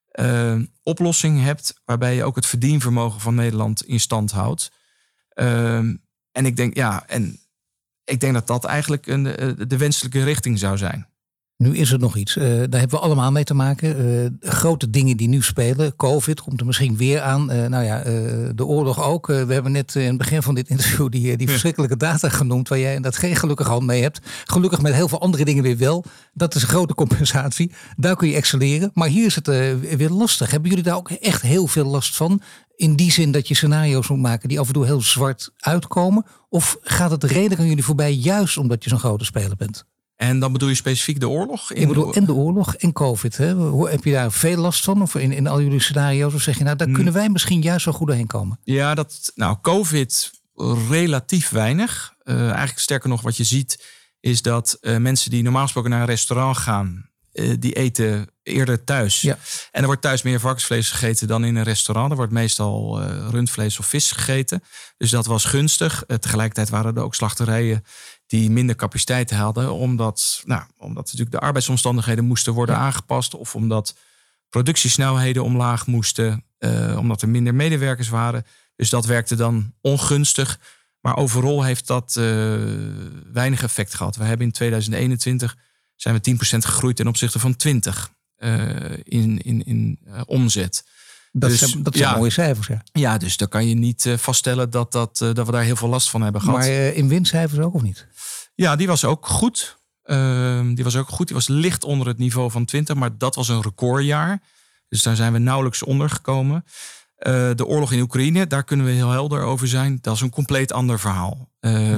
uh, oplossing hebt, waarbij je ook het verdienvermogen van Nederland in stand houdt. Uh, en ik denk, ja, en ik denk dat dat eigenlijk een, de, de wenselijke richting zou zijn. Nu is er nog iets. Uh, daar hebben we allemaal mee te maken. Uh, grote dingen die nu spelen. COVID komt er misschien weer aan. Uh, nou ja, uh, de oorlog ook. Uh, we hebben net in het begin van dit interview die, die verschrikkelijke data genoemd. Waar jij inderdaad geen gelukkig hand mee hebt. Gelukkig met heel veel andere dingen weer wel. Dat is een grote compensatie. Daar kun je excelleren. Maar hier is het uh, weer lastig. Hebben jullie daar ook echt heel veel last van? In die zin dat je scenario's moet maken die af en toe heel zwart uitkomen? Of gaat het redelijk aan jullie voorbij juist omdat je zo'n grote speler bent? En dan bedoel je specifiek de oorlog? Ik bedoel en de oorlog en COVID. Hè? Hoe, heb je daar veel last van? Of in, in al jullie scenario's? Of zeg je nou, daar kunnen wij misschien juist wel goed doorheen komen? Ja, dat, nou, COVID relatief weinig. Uh, eigenlijk sterker nog, wat je ziet is dat uh, mensen die normaal gesproken naar een restaurant gaan, uh, die eten eerder thuis. Ja. En er wordt thuis meer varkensvlees gegeten dan in een restaurant. Er wordt meestal uh, rundvlees of vis gegeten. Dus dat was gunstig. Uh, tegelijkertijd waren er ook slachterijen die minder capaciteit hadden, omdat, nou, omdat natuurlijk de arbeidsomstandigheden moesten worden ja. aangepast, of omdat productiesnelheden omlaag moesten, uh, omdat er minder medewerkers waren. Dus dat werkte dan ongunstig. Maar overal heeft dat uh, weinig effect gehad. We hebben in tweeduizend eenentwintig zijn we tien procent gegroeid ten opzichte van twintig uh, in, in, in uh, omzet. Dat, dus, zijn, dat zijn ja, mooie cijfers, ja. Ja, dus dan kan je niet uh, vaststellen dat, dat, uh, dat we daar heel veel last van hebben gehad. Maar uh, in winstcijfers ook of niet? Ja, die was ook goed. Uh, die was ook goed. Die was licht onder het niveau van twintig, maar dat was een recordjaar. Dus daar zijn we nauwelijks onder gekomen. Uh, de oorlog in Oekraïne, daar kunnen we heel helder over zijn. Dat is een compleet ander verhaal. Uh,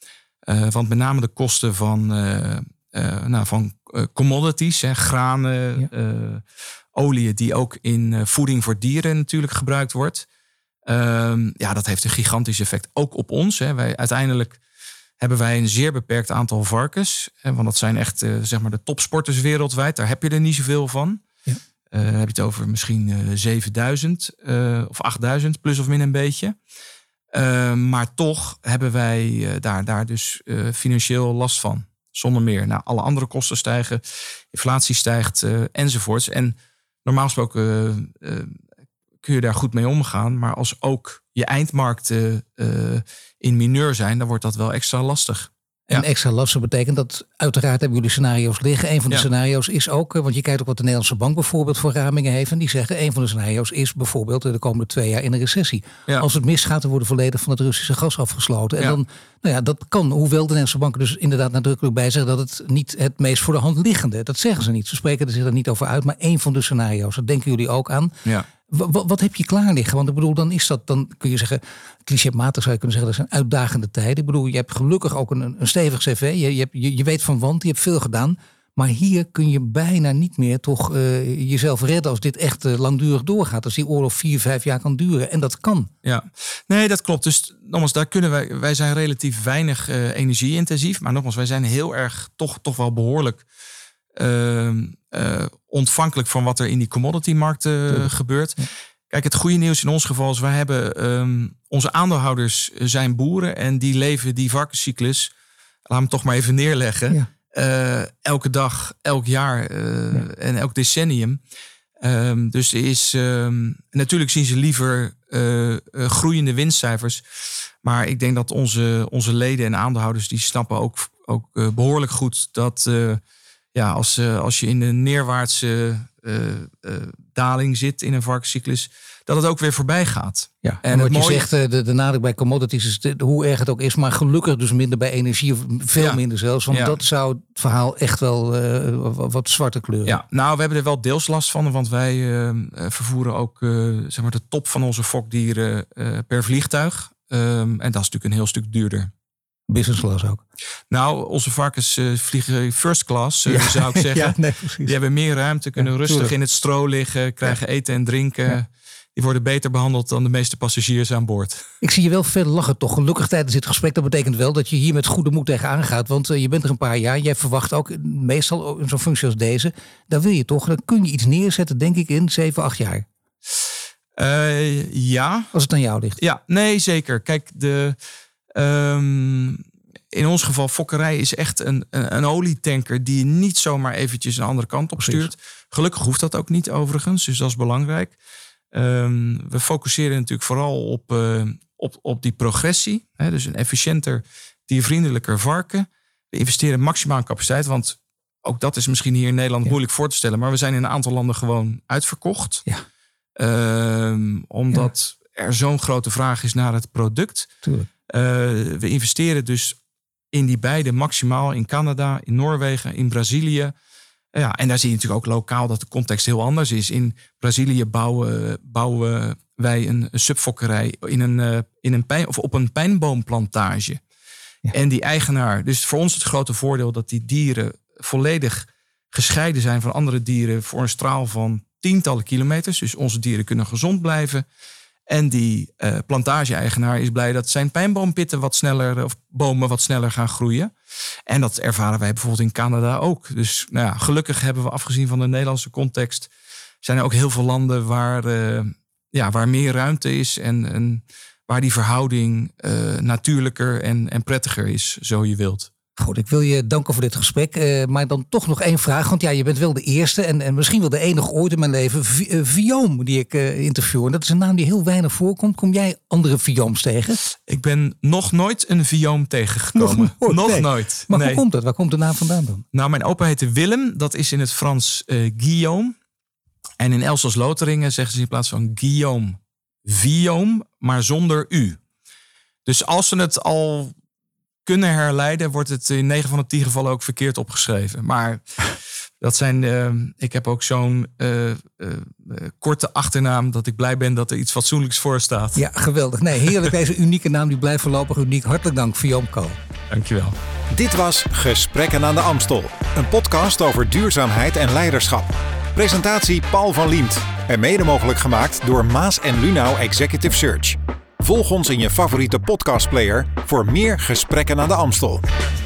uh, want met name de kosten van, uh, uh, nou, van uh, commodities, hè, granen, ja. uh, oliën die ook in uh, voeding voor dieren natuurlijk gebruikt wordt. Uh, ja, dat heeft een gigantisch effect. Ook op ons. Hè. Wij, uiteindelijk hebben wij een zeer beperkt aantal varkens. Hè, want dat zijn echt uh, zeg maar de topsporters wereldwijd. Daar heb je er niet zoveel van. Ja. Uh, dan heb je het over misschien uh, zevenduizend uh, of achtduizend, plus of min een beetje. Uh, maar toch hebben wij uh, daar, daar dus uh, financieel last van. Zonder meer. Nou, alle andere kosten stijgen, inflatie stijgt uh, enzovoorts. En normaal gesproken uh, uh, kun je daar goed mee omgaan. Maar als ook je eindmarkten uh, in mineur zijn, dan wordt dat wel extra lastig. En ja. extra lastig betekent dat, uiteraard hebben jullie scenario's liggen. Een van de ja. scenario's is ook, want je kijkt ook wat de Nederlandse Bank bijvoorbeeld voor ramingen heeft. En die zeggen, een van de scenario's is bijvoorbeeld de komende twee jaar in een recessie. Ja. Als het misgaat, dan worden volledig van het Russische gas afgesloten. En ja. dan, nou ja, dat kan, hoewel de Nederlandse Bank dus inderdaad nadrukkelijk bij zegt dat het niet het meest voor de hand liggende. Dat zeggen ze niet. Ze spreken er zich er niet over uit, maar één van de scenario's. Dat denken jullie ook aan. Ja. Wat, wat heb je klaar liggen? Want ik bedoel, dan is dat, dan kun je zeggen, clichématig zou je kunnen zeggen, dat zijn uitdagende tijden. Ik bedoel, je hebt gelukkig ook een, een stevig cv. Je, je, hebt, je, je weet van want, je hebt veel gedaan. Maar hier kun je bijna niet meer toch uh, jezelf redden als dit echt uh, langdurig doorgaat. Als die oorlog vier, vijf jaar kan duren. En dat kan. Ja, nee, dat klopt. Dus nogmaals, daar kunnen wij, wij zijn relatief weinig uh, energie-intensief. Maar nogmaals, wij zijn heel erg, toch, toch wel behoorlijk Uh, uh, ontvankelijk van wat er in die commodity-markten uh, gebeurt. Ja. Kijk, het goede nieuws in ons geval is, wij hebben um, onze aandeelhouders zijn boeren en die leven die varkenscyclus, laat me toch maar even neerleggen, ja. uh, elke dag, elk jaar uh, ja. en elk decennium. Um, dus er is um, natuurlijk zien ze liever uh, uh, groeiende winstcijfers, maar ik denk dat onze, onze leden en aandeelhouders die snappen ook, ook uh, behoorlijk goed dat Uh, Ja, als, uh, als je in een neerwaartse uh, uh, daling zit in een varkenscyclus, dat het ook weer voorbij gaat. Ja, en wat je mooie zegt, de, de nadruk bij commodities is de, hoe erg het ook is, maar gelukkig dus minder bij energie, of veel ja. minder zelfs. Want ja. dat zou het verhaal echt wel uh, wat zwarte kleuren. Ja, nou, we hebben er wel deels last van, want wij uh, vervoeren ook uh, zeg maar de top van onze fokdieren uh, per vliegtuig. Um, en dat is natuurlijk een heel stuk duurder. Business class ook? Nou, onze varkens uh, vliegen first class, uh, ja. zou ik zeggen. Ja, nee, die hebben meer ruimte, kunnen ja, rustig tuurlijk. in het stro liggen, krijgen ja. eten en drinken. Ja. Die worden beter behandeld dan de meeste passagiers aan boord. Ik zie je wel veel lachen toch. Gelukkig tijdens dit gesprek. Dat betekent wel dat je hier met goede moed tegenaan gaat. Want uh, je bent er een paar jaar. Jij verwacht ook meestal in zo'n functie als deze. Dan wil je toch, dan kun je iets neerzetten, denk ik, in zeven, acht jaar. Uh, ja. Als het aan jou ligt. Ja, nee, zeker. Kijk, de Um, in ons geval, fokkerij is echt een, een, een olietanker die je niet zomaar eventjes een andere kant op stuurt. Gelukkig hoeft dat ook niet overigens, dus dat is belangrijk. Um, we focusseren natuurlijk vooral op, uh, op, op die progressie. Hè, dus een efficiënter, diervriendelijker varken. We investeren maximaal in capaciteit, want ook dat is misschien hier in Nederland ja. moeilijk voor te stellen. Maar we zijn in een aantal landen gewoon uitverkocht. Ja. Um, omdat ja. er zo'n grote vraag is naar het product. Tuurlijk. Uh, we investeren dus in die beide maximaal in Canada, in Noorwegen, in Brazilië. Ja, en daar zie je natuurlijk ook lokaal dat de context heel anders is. In Brazilië bouwen, bouwen wij een, een subfokkerij in een, uh, in een pijn, of op een pijnboomplantage. Ja. En die eigenaar, dus voor ons het grote voordeel dat die dieren volledig gescheiden zijn van andere dieren voor een straal van tientallen kilometers. Dus onze dieren kunnen gezond blijven. En die uh, plantage-eigenaar is blij dat zijn pijnboompitten wat sneller, of bomen wat sneller gaan groeien. En dat ervaren wij bijvoorbeeld in Canada ook. Dus nou ja, gelukkig hebben we, afgezien van de Nederlandse context, zijn er ook heel veel landen waar, uh, ja, waar meer ruimte is en, en waar die verhouding uh, natuurlijker en, en prettiger is, zo je wilt. Goed, ik wil je danken voor dit gesprek. Uh, maar dan toch nog één vraag. Want ja, je bent wel de eerste en, en misschien wel de enige ooit in mijn leven v- uh, Viome die ik uh, interview. En dat is een naam die heel weinig voorkomt. Kom jij andere Viomes tegen? Ik ben nog nooit een Viome tegengekomen. Nog nooit? Nog nee. nooit. Maar nee. hoe komt dat? Waar komt de naam vandaan dan? Nou, mijn opa heette Willem. Dat is in het Frans uh, Guillaume. En in Elsass-Lotharingen zeggen ze in plaats van Guillaume Viome, maar zonder U. Dus als ze het al kunnen herleiden, wordt het in negen van de tien gevallen ook verkeerd opgeschreven. Maar dat zijn, uh, ik heb ook zo'n uh, uh, uh, korte achternaam dat ik blij ben dat er iets fatsoenlijks voor staat. Ja, geweldig. Nee, heerlijk. Deze unieke naam die blijft voorlopig uniek. Hartelijk dank, Viome Kool. Dankjewel. Dit was Gesprekken aan de Amstel. Een podcast over duurzaamheid en leiderschap. Presentatie Paul van Liemt. En mede mogelijk gemaakt door Maas en Lunau Executive Search. Volg ons in je favoriete podcastplayer voor meer Gesprekken aan de Amstel.